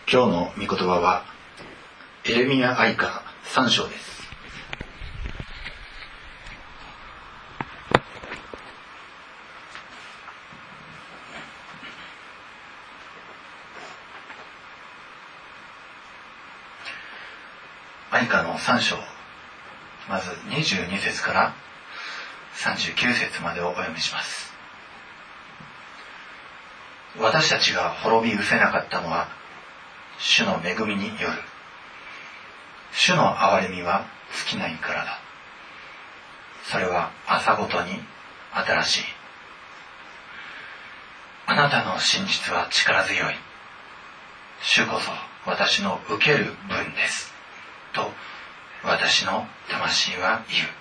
今日の御言葉はエレミヤ哀歌3章です。哀歌の3章、まず22節から39節までをお読みします。私たちが滅び失せなかったのは主の恵みによる。主の憐れみは尽きないからだ。それは朝ごとに新しい。あなたの真実は力強い。主こそ私の受ける分です。と私の魂は言う。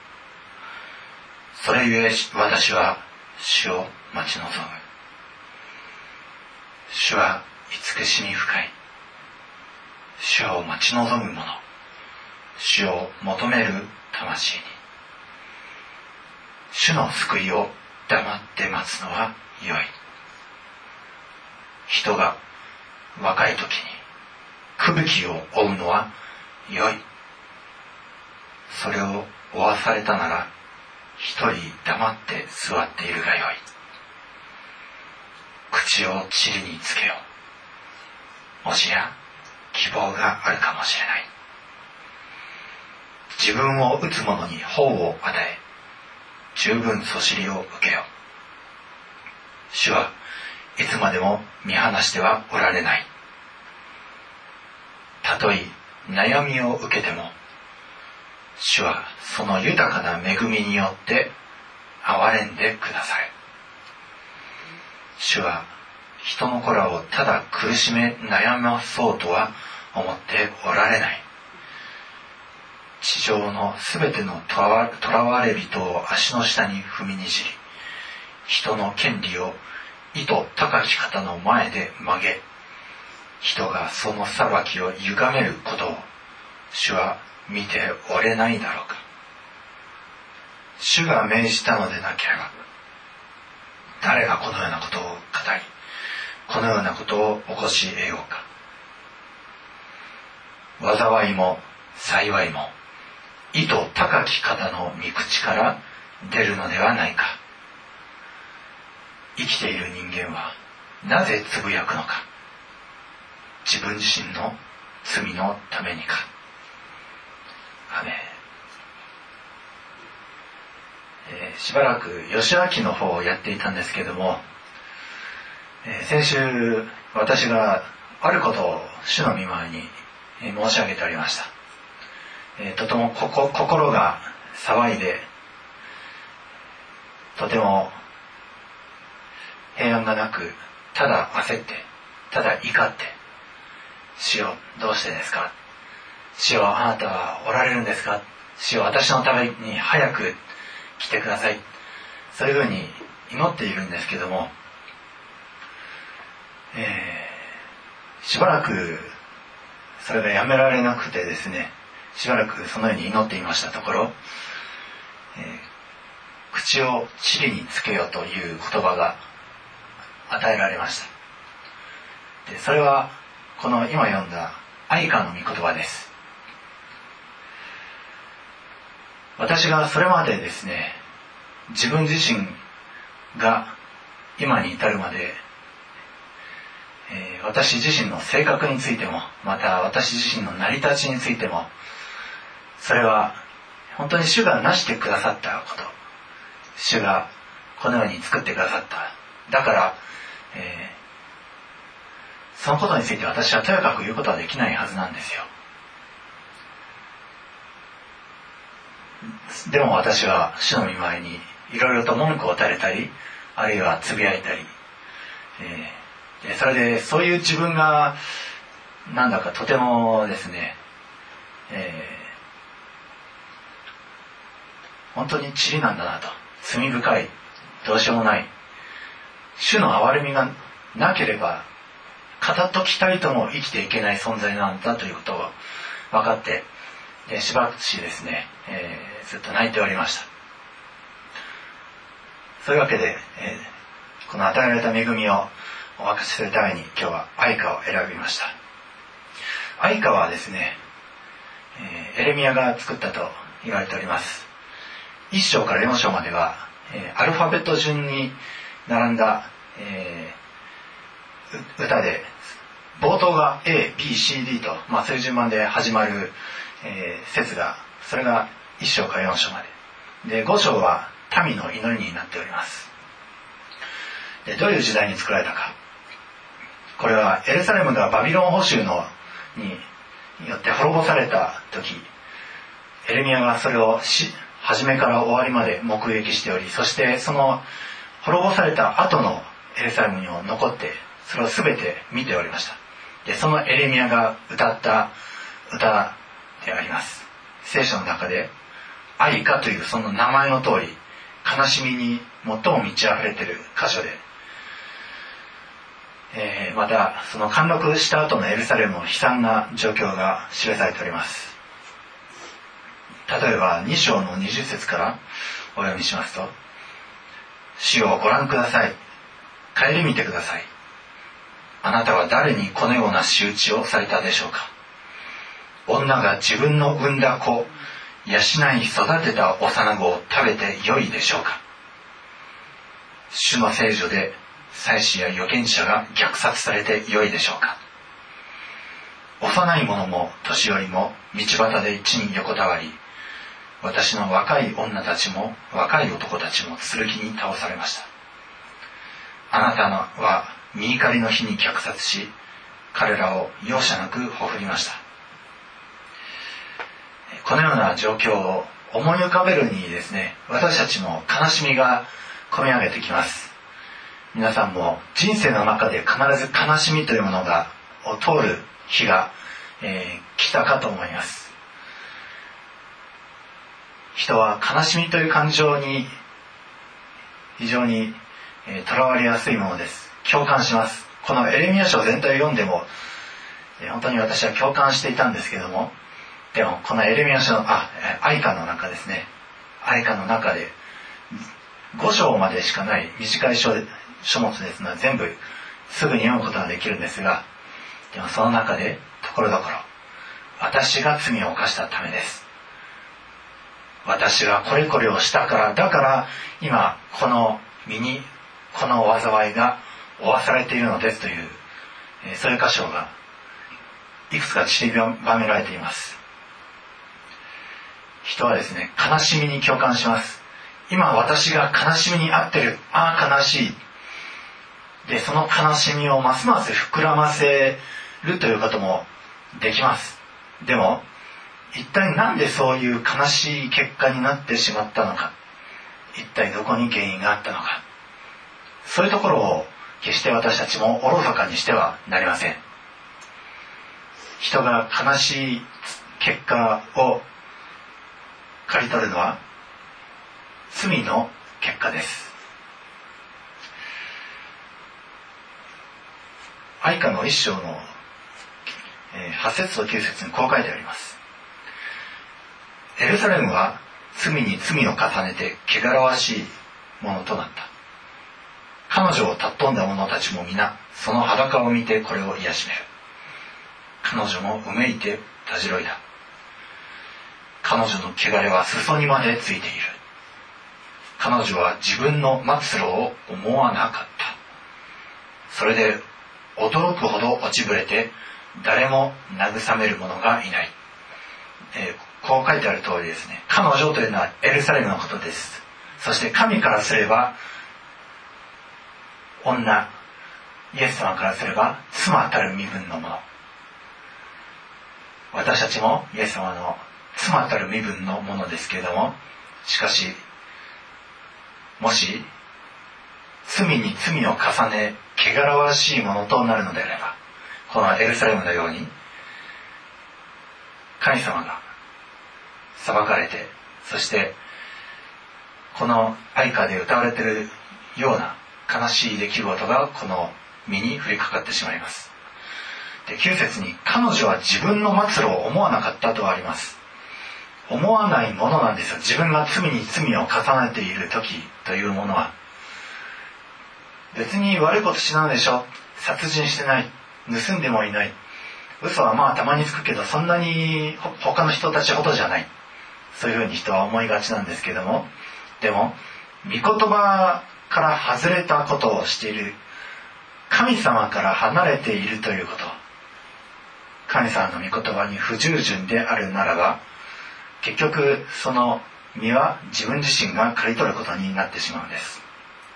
それゆえ私は主を待ち望む。主は慈しみ深い。主を待ち望む者、主を求める魂に。主の救いを黙って待つのは良い。人が若い時に吹雪を追うのは良い。それを追わされたなら一人黙って座っているが良い。口を塵につけよう。もしや希望があるかもしれない。自分を打つ者に頬を与え、十分そしりを受けよう。主はいつまでも見放してはおられない。たとえ悩みを受けても、主はその豊かな恵みによって憐れんでください。主は人の子らをただ苦しめ悩まそうとは思っておられない。地上のすべての囚われ人を足の下に踏みにじり、人の権利を意図高き方の前で曲げ、人がその裁きを歪めることを主は見ておれないだろうか。主が命じたのでなければ、誰がこのようなことを語り、このようなことを起こし得ようか。災いも幸いも意図高き方の御口から出るのではないか。生きている人間はなぜつぶやくのか。自分自身の罪のためにか。アメン。しばらく吉明の方をやっていたんですけれども、先週私があることを主の御前に申し上げておりました。とても心が騒いで、とても平安がなく、ただ焦って、ただ怒って、主よどうしてですか、主よあなたはおられるんですか、主よ私のために早く来てください、そういうふうに祈っているんですけども、しばらくそれがやめられなくてですね、しばらくそのように祈っていましたところ、口を塵につけよという言葉が与えられました。でそれはこの今読んだ哀歌の御言葉です。私がそれまでですね、自分自身が今に至るまで、私自身の性格についても、また私自身の成り立ちについても、それは本当に主がなしてくださったこと、主がこのように作ってくださった。だから、そのことについて私はとやかく言うことはできないはずなんですよ。でも私は主の御前にいろいろと文句を垂れたり、あるいはつぶやいたり、それでそういう自分がなんだかとてもですね、本当に塵なんだなと、罪深い、どうしようもない、主の憐れみがなければ片時たりとも生きていけない存在なんだということを分かって、しばらくですね、ずっと泣いておりました。そういうわけで、この与えられた恵みをお分かちするために今日は哀歌を選びました。 愛歌はですね、エレミヤが作ったと言われております。1章から4章までは、アルファベット順に並んだ、歌で、冒頭が A、B、C、D と、そういう順番で始まる、説が、それが1章から4章まで。で、5章は民の祈りになっております。で、どういう時代に作られたか。これはエルサレムがバビロン捕囚によって滅ぼされた時、エレミヤがそれを初めから終わりまで目撃しており、そしてその滅ぼされた後のエルサレムにも残って、それを全て見ておりました。で、そのエレミヤが歌った歌であります。聖書の中で愛歌というその名前の通り、悲しみに最も満ち溢れている箇所で、またその陥落した後のエルサレムの悲惨な状況が記されております。例えば2章の20節からお読みしますと、主をご覧ください。顧みてください。あなたは誰にこのような仕打ちをされたでしょうか。女が自分の産んだ子、養い育てた幼子を食べてよいでしょうか。主の聖所で祭司や預言者が虐殺されてよいでしょうか。幼い者も年寄りも道端で地に横たわり、私の若い女たちも若い男たちも剣に倒されました。あなたは身怒りの日に虐殺し、彼らを容赦なくほふりました。このような状況を思い浮かべるにですね、私たちも悲しみがこみ上げてきます。皆さんも人生の中で必ず悲しみというものを通る日が、来たかと思います。人は悲しみという感情に非常にとらわれやすいものです。共感します。このエレミヤ書全体を読んでも本当に私は共感していたんですけども、でもこのエレミヤ書の愛歌の中ですね、愛歌の中で5章までしかない短い書物ですので、全部すぐに読むことができるんですが、でもその中でところどころ、私が罪を犯したためです、私がこれこれをしたから、だから今この身にこの災いが負わされているのですという、そういう箇所がいくつか散りばめられています。人はですね、悲しみに共感します。今私が悲しみに遭ってる、悲しい。で、その悲しみをますます膨らませるということもできます。でも一体なんでそういう悲しい結果になってしまったのか、一体どこに原因があったのか、そういうところを決して私たちもおろそかにしてはなりません。人が悲しい結果を刈り取るのは罪の結果です。愛歌の1章の8節と9節にこう書いてあります。エルサレムは罪に罪を重ねて汚らわしいものとなった。彼女を尊んだ者たちも皆その裸を見てこれを癒しめる。彼女もうめいてたじろいだ。彼女の汚れは裾にまでついている。彼女は自分の末路を思わなかった。それで驚くほど落ちぶれて誰も慰める者がいない。こう書いてある通りですね、彼女というのはエルサレムのことです。そして神からすれば女、イエス様からすれば妻たる身分のもの。私たちもイエス様の妻たる身分のものですけれども、しかしもし罪に罪を重ね汚らわしいものとなるのであれば、このエルサレムのように神様が裁かれて、そしてこの愛歌で歌われているような悲しい出来事がこの身に降りかかってしまいます。で、9節に彼女は自分の末路を思わなかったとあります。思わないものなんですよ。自分が罪に罪を重ねている時というものは、別に悪いことしないでしょ、殺人してない、盗んでもいない、 嘘はまあたまにつくけどそんなに他の人たちほどじゃない、そういうふうに人は思いがちなんですけども、でも御言葉から外れたことをしている、神様から離れているということ、神様の御言葉に不従順であるならば、結局その身は自分自身が刈り取ることになってしまうんです。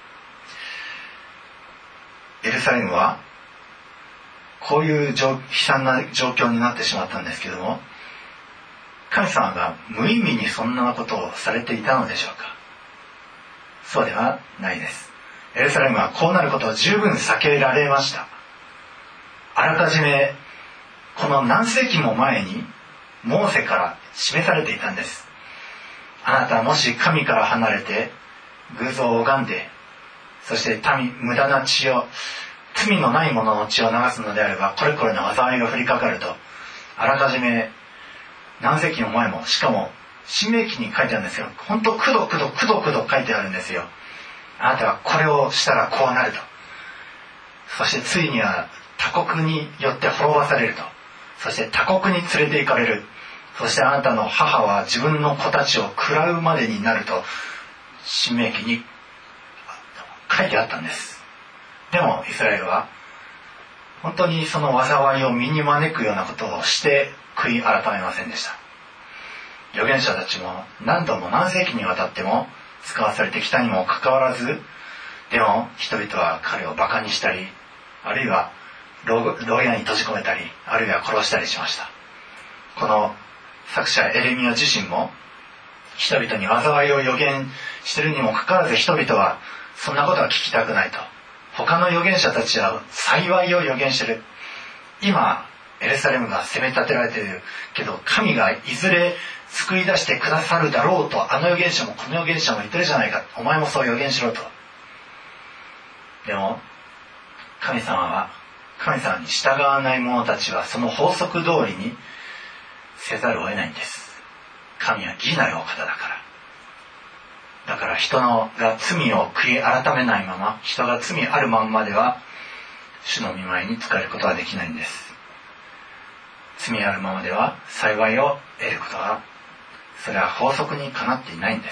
エルサレムはこういう悲惨な状況になってしまったんですけども、神様が無意味にそんなことをされていたのでしょうか。そうではないです。エルサレムはこうなることを十分避けられました。あらかじめこの何世紀も前にモーセから示されていたんです。あなたはもし神から離れて偶像を拝んで、そして無駄な血を、罪のない者の血を流すのであれば、これこれの災いが降りかかると、あらかじめ何世紀も前も、しかも申命記に書いてあるんですよ。本当くどくど書いてあるんですよ。あなたはこれをしたらこうなると。そしてついには他国によって滅ぼされると。そして他国に連れて行かれる。そしてあなたの母は自分の子たちを喰らうまでになると、申命記に書いてあったんです。でもイスラエルは本当にその災いを身に招くようなことをして悔い改めませんでした。預言者たちも何度も何世紀にわたっても使わされてきたにもかかわらず、でも人々は彼をバカにしたり、あるいは牢屋に閉じ込めたり、あるいは殺したりしました。この作者エレミヤ自身も人々に災いを予言しているにもかかわらず、人々はそんなことは聞きたくないと。他の預言者たちは幸いを予言している。今エルサレムが攻め立てられているけど、神がいずれ救い出してくださるだろうと、あの預言者もこの預言者も言ってるじゃないか、お前もそう予言しろと。でも神様に従わない者たちはその法則通りにせざるを得ないんです。神は義なるお方だから。だから人が罪を悔い改めないまま、人が罪あるまんまでは主の御前に仕えることはできないんです。罪あるままでは幸いを得ることは、それは法則にかなっていないんです。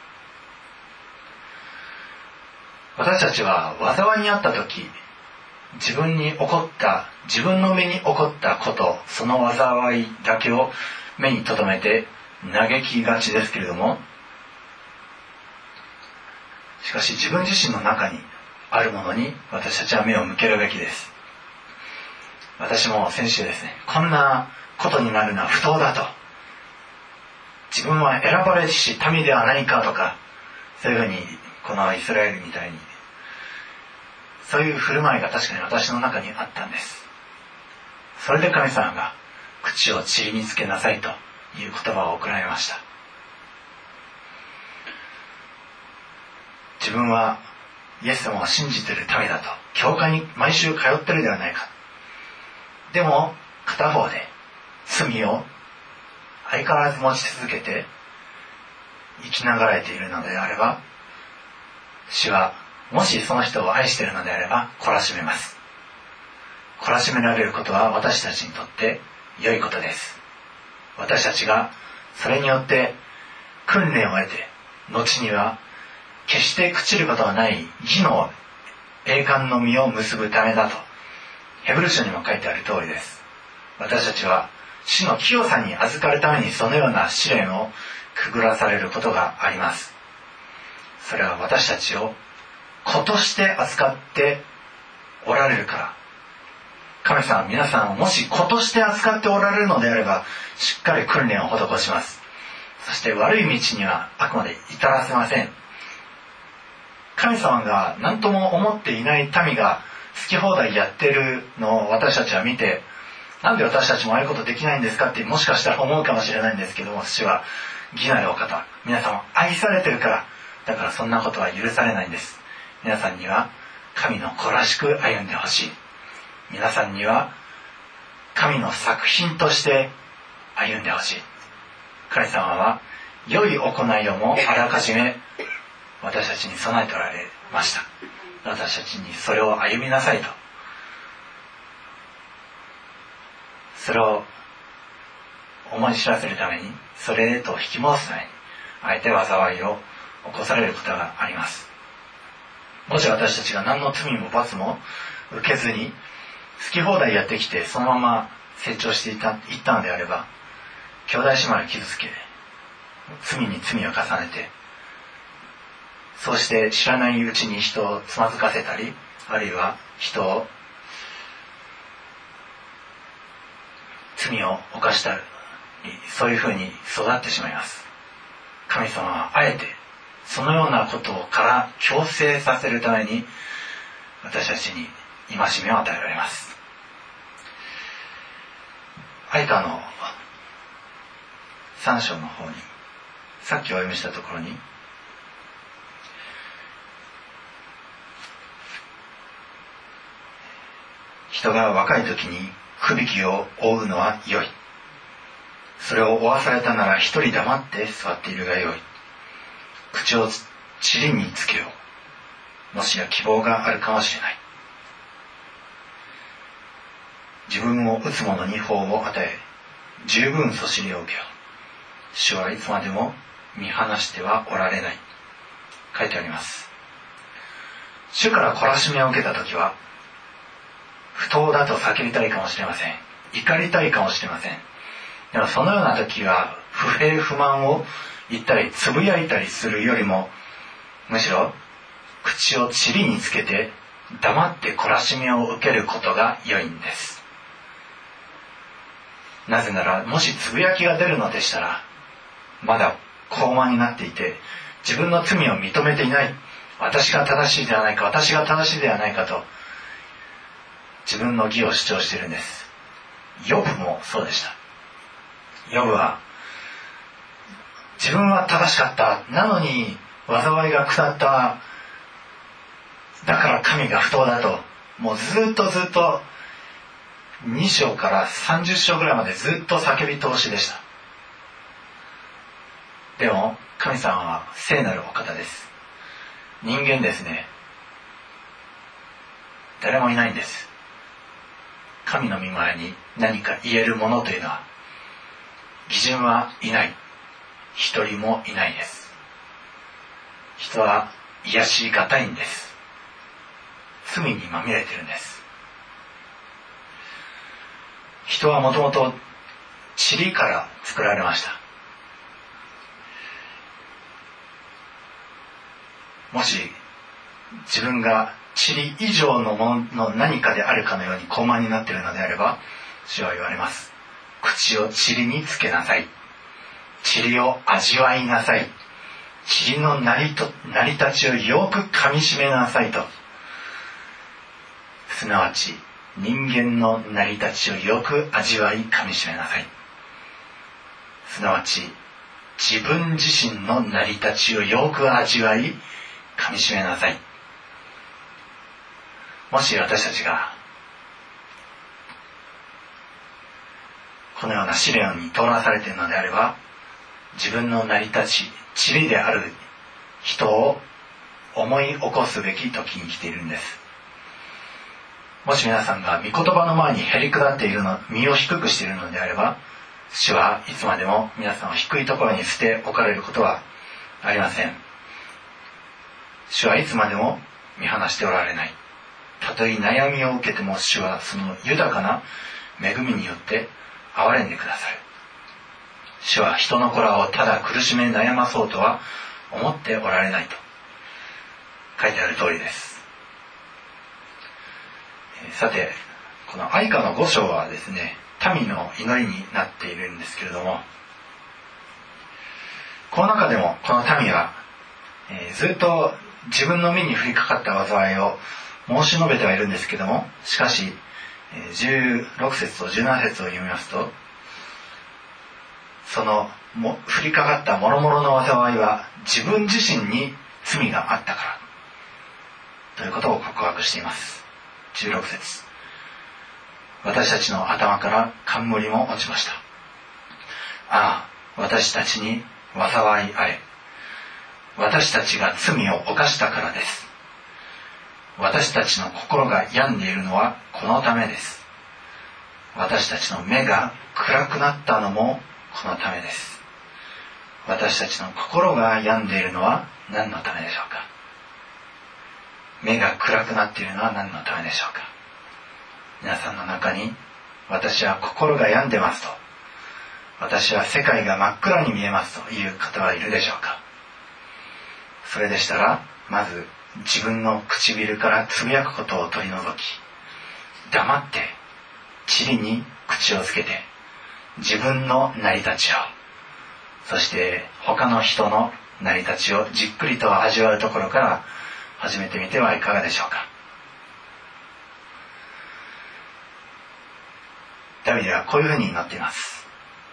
私たちは災いにあった時、自分の身に起こったこと、その災いだけを目に留めて嘆きがちですけれども、しかし自分自身の中にあるものに私たちは目を向けるべきです。私も先週ですね、こんなことになるのは不当だと、自分は選ばれし民ではないかとか、そういうふうにこのイスラエルみたいにそういう振る舞いが確かに私の中にあったんです。それで神様が口を塵につけなさいという言葉を送られました。自分はイエス様を信じている民だと、教会に毎週通ってるではないか。でも片方で罪を相変わらず持ち続けて生きながらえているのであれば、主はもしその人を愛しているのであれば懲らしめます。懲らしめられることは私たちにとって良いことです。私たちがそれによって訓練を得て、後には決して朽ちることはない義の栄冠の実を結ぶためだと、ヘブル書にも書いてある通りです。私たちは主の清さに預かるためにそのような試練をくぐらされることがあります。それは私たちを子として扱っておられるから。神様は皆さんをもし子として扱っておられるのであれば、しっかり訓練を施します。そして悪い道にはあくまで至らせません。神様が何とも思っていない民が好き放題やってるのを私たちは見て、なんで私たちもああいうことできないんですかってもしかしたら思うかもしれないんですけども、主は義なるお方、皆さんを愛されてるから、だからそんなことは許されないんです。皆さんには神の子らしく歩んでほしい。皆さんには神の作品として歩んでほしい。神様は良い行いをもあらかじめ私たちに備えておられました。私たちにそれを歩みなさいと。 それを思い知らせるために、それへと引き戻すために、あえて災いを起こされることがあります。もし私たちが何の罪も罰も受けずに好き放題やってきてそのまま成長していったのであれば、兄弟姉妹を傷つけ、罪に罪を重ねて、そうして知らないうちに人をつまずかせたり、あるいは人を罪を犯したり、そういうふうに育ってしまいます。神様はあえてそのようなことから強制させるために私たちに戒めを与えられます。愛歌の3章の方に、さっきお読みしたところに、人が若い時に不引を負うのは良い。それを負わされたなら一人黙って座っているが良い。口を塵につけよう。もしや希望があるかもしれない。自分を打つ者に法を与え、十分そしりを受けよう。主はいつまでも見放してはおられない。書いてあります。主から懲らしめを受けたときは、不当だと叫びたいかもしれません。怒りたいかもしれません。でもそのような時は不平不満を言ったりつぶやいたりするよりも、むしろ口を塵につけて黙って懲らしめを受けることが良いんです。なぜなら、もしつぶやきが出るのでしたら、まだ高慢になっていて自分の罪を認めていない、私が正しいではないか、私が正しいではないかと自分の義を主張しているんです。ヨブもそうでした。ヨブは自分は正しかった、なのに災いが下った、だから神が不当だと、もうずっと2章から30章ぐらいまでずっと叫び通しでした。でも神様は聖なるお方です。人間ですね、誰もいないんです。神の御前に何か言えるものというのは、義人はいない、一人もいないです。人は癒しがたいんです。罪にまみれているんです。人はもともと塵から作られました。もし自分が塵以上のものの何かであるかのように高慢になっているのであれば、主は言われます。口を塵につけなさい。塵を味わいなさい。塵の成り立ちをよく噛みしめなさいと。すなわち人間の成り立ちをよく味わい噛みしめなさい。すなわち自分自身の成り立ちをよく味わい噛みしめなさい。もし私たちがこのような試練に通らされているのであれば、自分の成り立ち、塵である人を思い起こすべき時に来ているんです。もし皆さんが御言葉の前にへり下っているの、身を低くしているのであれば、主はいつまでも皆さんを低いところに捨て置かれることはありません。主はいつまでも見放しておられない。たとえ悩みを受けても、主はその豊かな恵みによって憐れんでくださる。主は人の子らをただ苦しめ悩まそうとは思っておられないと書いてある通りです。さて、この愛歌の5章はですね、民の祈りになっているんですけれども、この中でもこの民は、ずっと自分の身に降りかかった災いを申し述べてはいるんですけども、しかし16節と17節を読みますと、その降りかかった諸々の災いは自分自身に罪があったからということを告白しています。16節、私たちの頭から冠も落ちました。ああ、私たちに災いあれ。私たちが罪を犯したからです。私たちの心が病んでいるのはこのためです。 私たちの目が暗くなったのもこのためです。私たちの心が病んでいるのは何のためでしょうか。目が暗くなっているのは何のためでしょうか。皆さんの中に、私は心が病んでますと、私は世界が真っ暗に見えますという方はいるでしょうか。それでしたら、まず自分の唇からつぶやくことを取り除き、黙って塵に口をつけて、自分の成り立ちを、そして他の人の成り立ちをじっくりと味わうところから始めてみてはいかがでしょうか。ダビデはこういうふうに祈っています。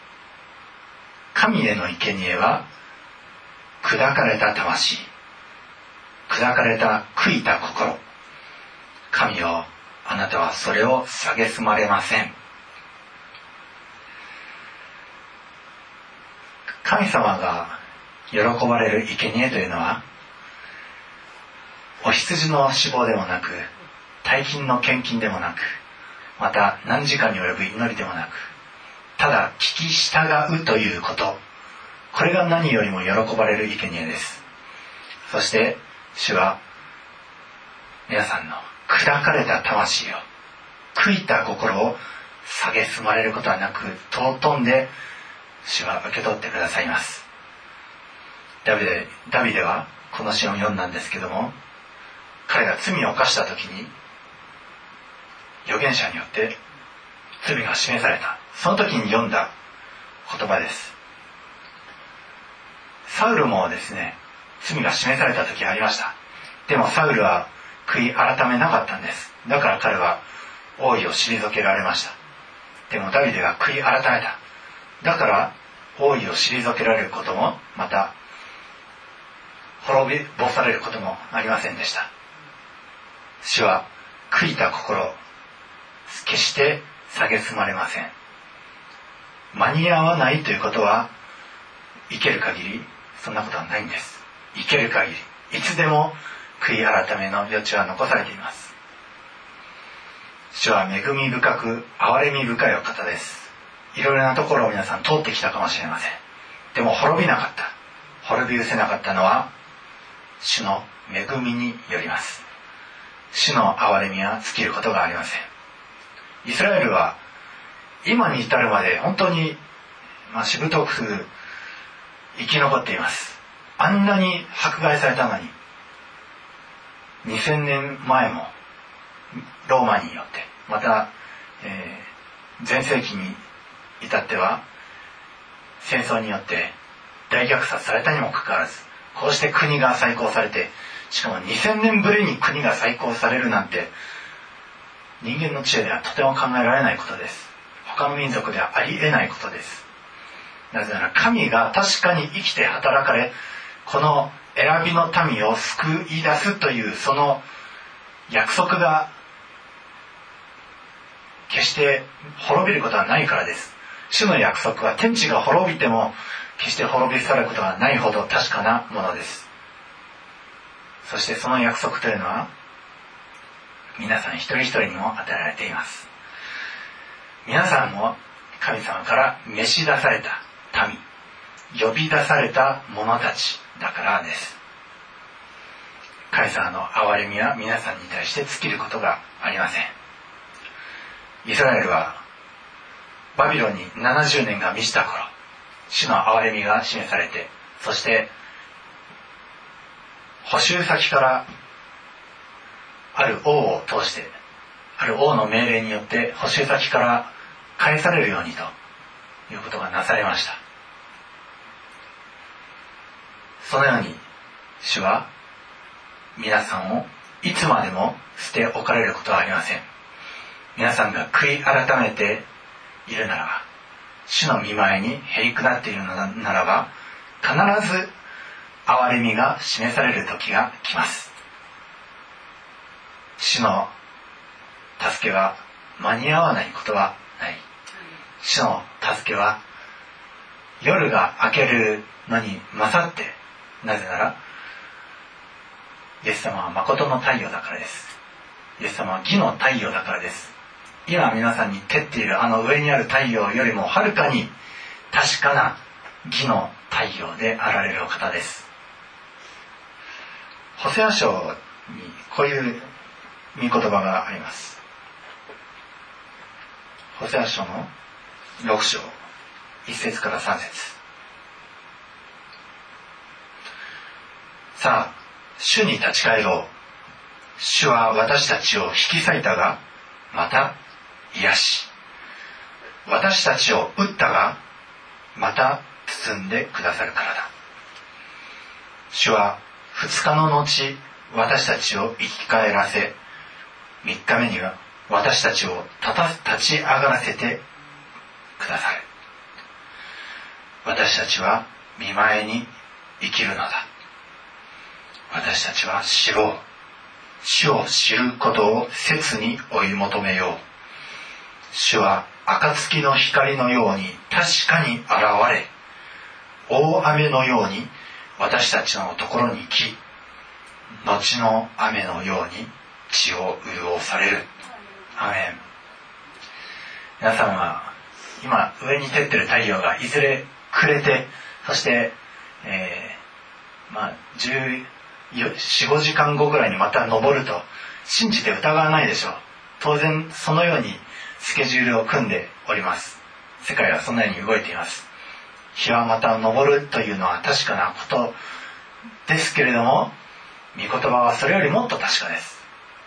神への生贄は砕かれた魂、砕かれた悔いた心。神よ、あなたはそれを蔑まれません。神様が喜ばれる生贄というのは、お羊の脂肪でもなく、大金の献金でもなく、また何時間に及ぶ祈りでもなく、ただ聞き従うということ、これが何よりも喜ばれる生贄です。そして主は皆さんの砕かれた魂を、悔いた心を蔑まれることはなく、尊んで主は受け取ってくださいます。ダビデはこの詩を読んだんですけども、彼が罪を犯した時に預言者によって罪が示された、その時に読んだ言葉です。サウルもですね、罪が示された時ありました。でもサウルは悔い改めなかったんです。だから彼は王位を退けられました。でもダビデが悔い改めた。だから王位を退けられることも、また滅ぼされることもありませんでした。主は悔いた心、決して蔑まれません。間に合わないということは、生ける限りそんなことはないんです。生ける限りいつでも悔い改めの余地は残されています。主は恵み深く憐れみ深いお方です。いろいろなところを皆さん通ってきたかもしれません。でも滅びなかった、滅び失せなかったのは主の恵みによります。主の憐れみは尽きることがありません。イスラエルは今に至るまで本当に、しぶとく生き残っています。あんなに迫害されたのに、2000年前もローマによって、また、前世紀に至っては戦争によって大虐殺されたにもかかわらず、こうして国が再興されて、しかも2000年ぶりに国が再興されるなんて、人間の知恵ではとても考えられないことです。他の民族ではありえないことです。なぜなら神が確かに生きて働かれ、この選びの民を救い出すというその約束が決して滅びることはないからです。主の約束は天地が滅びても決して滅び去ることがないほど確かなものです。そしてその約束というのは皆さん一人一人にも与えられています。皆さんも神様から召し出された民、呼び出された者たちだからです。神様の憐れみは皆さんに対して尽きることがありません。イスラエルはバビロンに70年が満ちた頃、主の憐れみが示されて、そして捕囚先からある王を通して、ある王の命令によって捕囚先から返されるようにということがなされました。そのように主は皆さんをいつまでも捨て置かれることはありません。皆さんが悔い改めているならば、主の御前にへり下っているのならば、必ず憐れみが示される時が来ます。主の助けは間に合わないことはない。主の助けは夜が明けるのに勝って、なぜならイエス様は誠の太陽だからです。イエス様は義の太陽だからです。 今皆さんに照っているあの上にある太陽よりもはるかに確かな義の太陽であられるお方です。ホセア書にこういう御言葉があります。ホセア書の6章1節から3節。さあ、主に立ち返ろう。主は私たちを引き裂いたが、また癒し、私たちを打ったが、また包んでくださるからだ。主は2日の後、私たちを生き返らせ、3日目には私たちを立ち上がらせてくださる。私たちは御前に生きるのだ。私たちは知ろう。主を知ることを切に追い求めよう。主は暁の光のように確かに現れ、大雨のように私たちのところに来、後の雨のように地を潤される。アメン。皆さんは今上に照ってる太陽がいずれ暮れて、そして4、5時間後ぐらいにまた昇ると信じて疑わないでしょう。当然そのようにスケジュールを組んでおります。世界はそのように動いています。日はまた昇るというのは確かなことですけれども、御言葉はそれよりもっと確かです。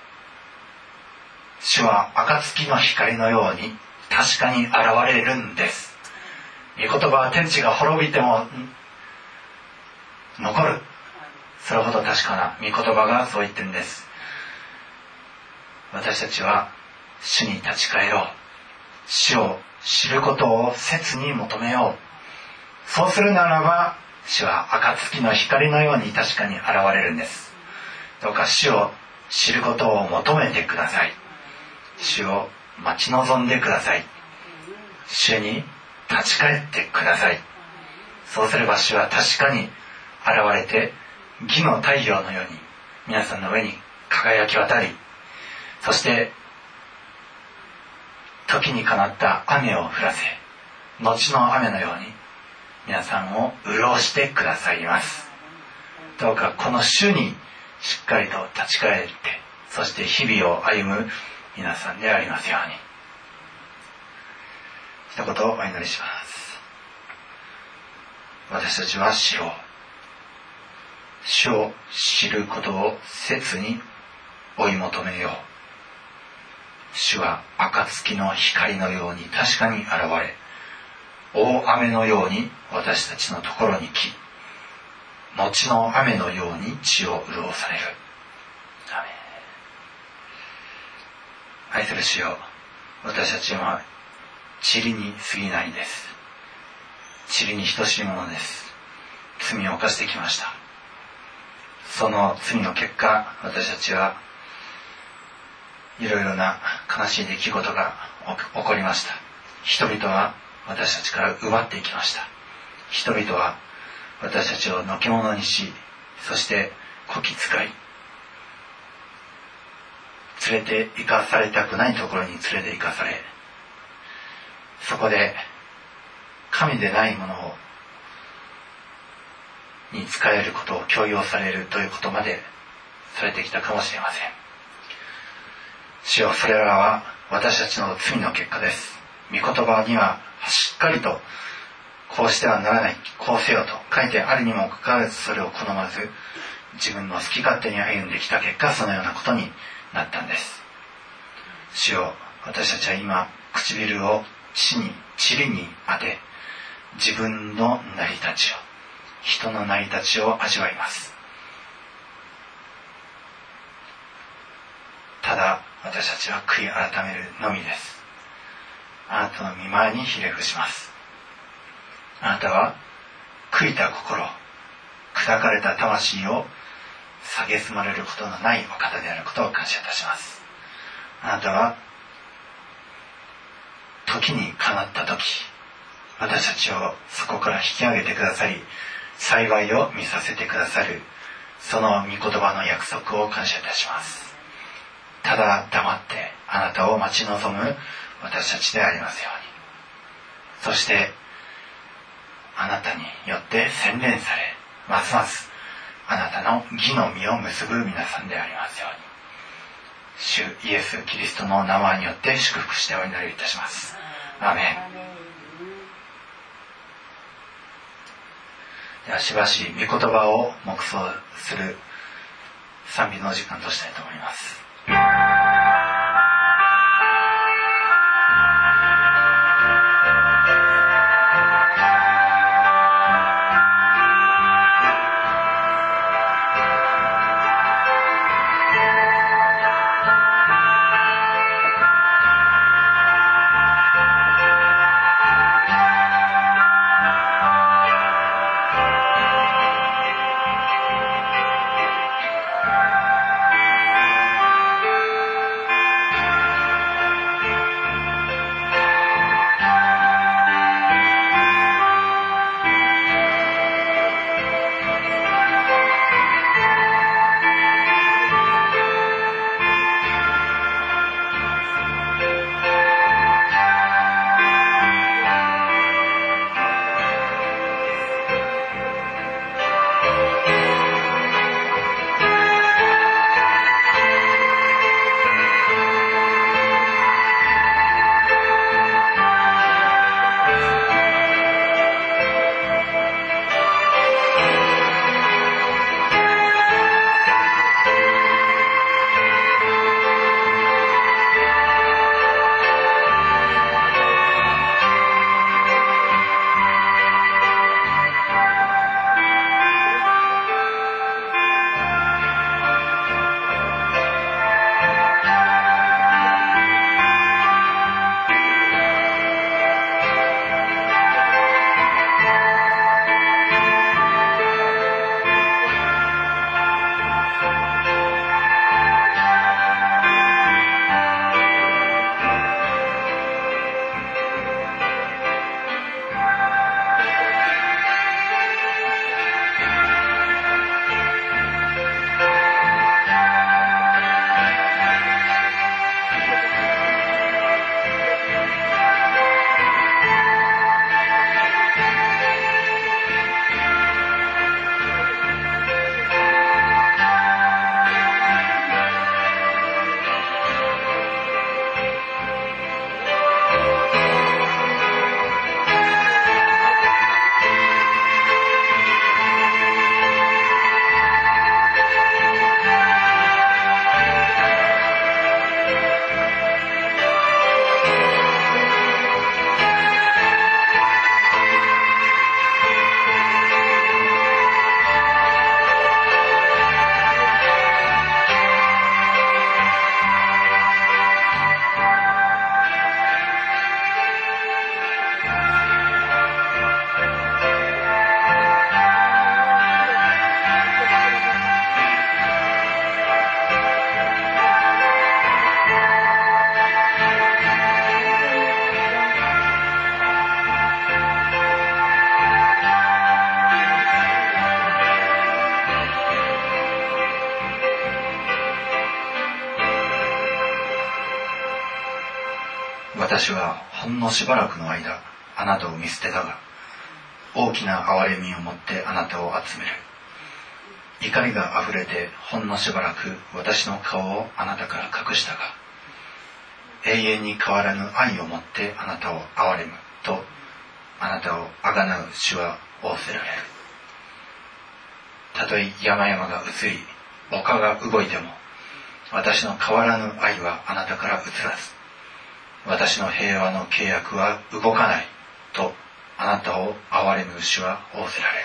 主は暁の光のように確かに現れるんです。御言葉は天地が滅びても残る。それほど確かな御言葉がそう言ってるんです。私たちは主に立ち返ろう。主を知ることを切に求めよう。そうするならば主は暁の光のように確かに現れるんです。どうか主を知ることを求めてください。主を待ち望んでください。主に立ち返ってください。そうすれば主は確かに現れて、義の太陽のように皆さんの上に輝き渡り、そして時にかなった雨を降らせ、後の雨のように皆さんを潤してくださいます。どうかこの主にしっかりと立ち返って、そして日々を歩む皆さんでありますように。一言お祈りします。私たちは知ろう。主を知ることを切に追い求めよう。主は暁の光のように確かに現れ、大雨のように私たちのところに来、後の雨のように地を潤される。アメン。愛する主よ、私たちは塵に過ぎないです。塵に等しいものです。罪を犯してきました。その罪の結果、私たちはいろいろな悲しい出来事が起こりました。人々は私たちから奪っていきました。人々は私たちをのけ者にし、そしてこき使い、連れて行かされたくないところに連れて行かされ、そこで神でないものに仕えることを強要されるということまでされてきたかもしれません。主よ、それらは私たちの罪の結果です。御言葉にはしっかりとこうしてはならない、こうせよと書いてあるにもかかわらず、それを好まず自分の好き勝手に歩んできた結果、そのようなことになったんです。主よ、私たちは今唇を塵に当て、自分の成り立ちを、人の成り立ちを味わいます。ただ私たちは悔い改めるのみです。あなたの御前にひれ伏します。あなたは悔いた心、砕かれた魂を蔑まれることのないお方であることを感謝いたします。あなたは時にかなった時、私たちをそこから引き上げてくださり、幸いを見させてくださる、その御言葉の約束を感謝いたします。ただ黙ってあなたを待ち望む私たちでありますように。そしてあなたによって洗練され、ますますあなたの義の実を結ぶ皆さんでありますように。主イエス・キリストの名前によって祝福してお祈りいたします。アーメン。ではしばし御言葉を黙想する賛美の時間としたいと思います。私はほんのしばらくの間あなたを見捨てたが、大きな憐れみをもってあなたを集める。怒りがあふれてほんのしばらく私の顔をあなたから隠したが、永遠に変わらぬ愛をもってあなたを憐れむと、あなたをあがなう主は仰せられる。たとえ山々が移り丘が動いても、私の変わらぬ愛はあなたから移らず、私の平和の契約は動かないと、あなたを憐れむ主は仰せられる。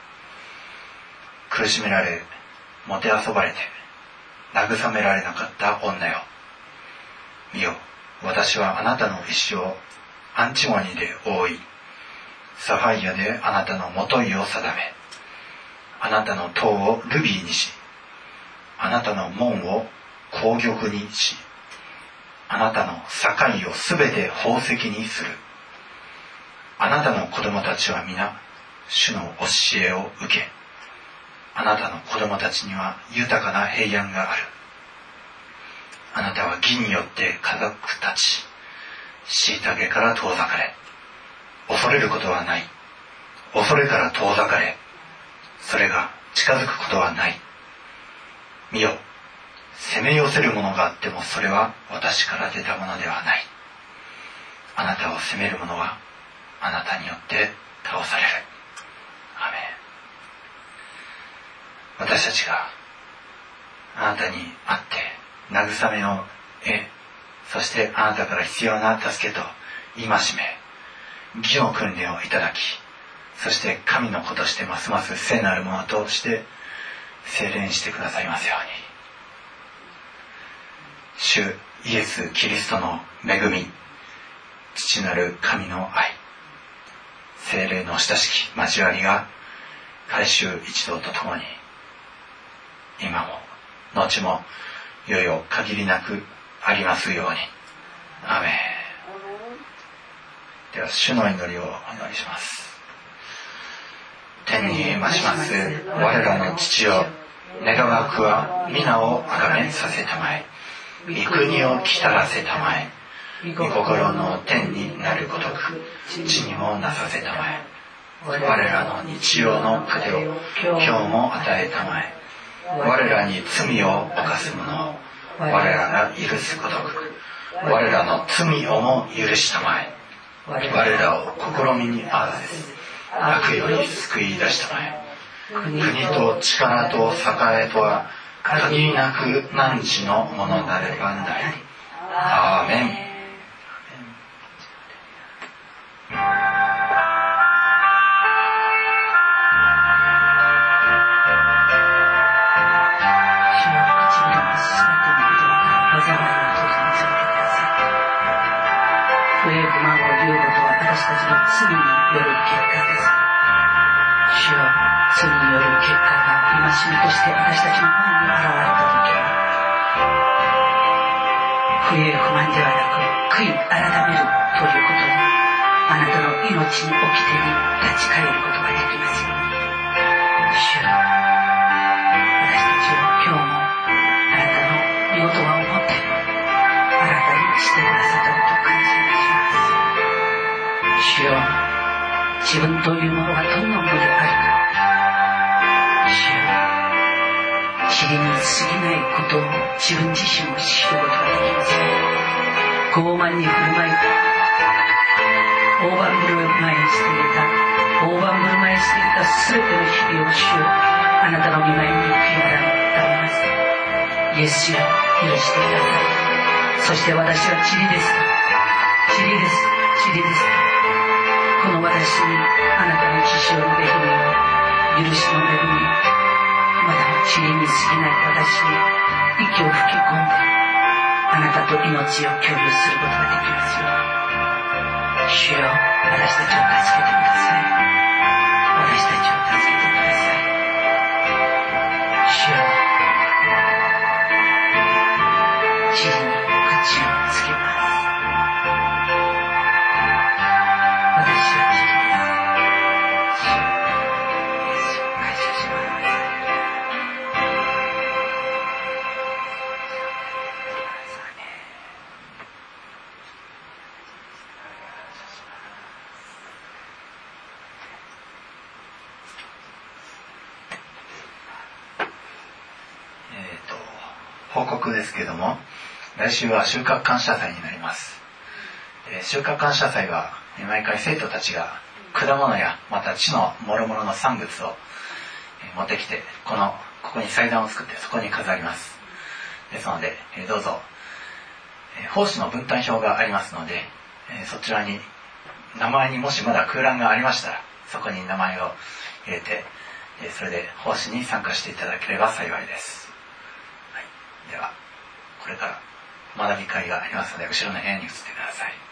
苦しめられ、もてあそばれて慰められなかった女よ、見よ、私はあなたの石をアンチモニで覆い、サファイアであなたのもといを定め、あなたの塔をルビーにし、あなたの門を紅玉にし、あなたの境をすべて宝石にする。あなたの子供たちは皆主の教えを受け、あなたの子供たちには豊かな平安がある。 あなたは義によって固く立ち、虐げから遠ざかれ。恐れることはない。恐れから遠ざかれ。それが近づくことはない。見よ、攻め寄せるものがあってもそれは私から出たものではない。あなたを責める者はあなたによって倒される。アメン。私たちがあなたに会って慰めを得、そしてあなたから必要な助けと戒め、義の訓練をいただき、そして神の子としてますます聖なるものとして精錬してくださいますように。主イエス・キリストの恵み、父なる神の愛、聖霊の親しき交わりが改宗一同とともに今も後もいよいよ限りなくありますように。アーメン。では主の祈りをお祈りします。天に増します我らの父よ、願わくは皆をあがめさせたまえ。御国を来たらせたまえ。御心の天になるごとく地にもなさせたまえ。我らの日曜の糧を今日も与えたまえ。我らに罪を犯す者を我らが許すごとく我らの罪をも許したまえ。我らを試みにあわせず悪より救い出したまえ。国と力と栄とは限りなく汝のものなればなり。アーメン。 不平不満を言うことは私たちの罪による結果です。主よ、罪による結果が戒めとして私たちの前に現れたときは、不平不満ではなく悔い改めるということに、あなたの命に掟に立ち返ることができますように。主よ、私たちを今日もあなたの御言葉を持って新たにしてくださったことを感謝いたします。主よ、自分というものがどんなものであるか、主よ、塵に過ぎないことを自分自身を知ることができますよ。傲慢に振る舞い、大盤振る舞いしていた全ての日々を主よ、あなたの御前に悔い改めます。イエスよ、許してください。そして私は塵です。この私にあなたの血潮の恵みを、許しの恵み、また塵に過ぎない私に息を吹き込んで、あなたと命を共有することができますように。主よ、私たちを助けてください。私たちを助けてください。主よ、塵に口をつけます。私は塵です。主を感謝します。 報告ですけども、来週は収穫感謝祭になります。収穫感謝祭は毎回生徒たちが果物やまた地の諸々の産物を持ってきて、ここに祭壇を作ってそこに飾ります。ですのでどうぞ奉仕の分担表がありますので、そちらに名前にもしまだ空欄がありましたらそこに名前を入れて、それで奉仕に参加していただければ幸いです。はい、ではこれから学び会がありますので後ろの部屋に移ってください。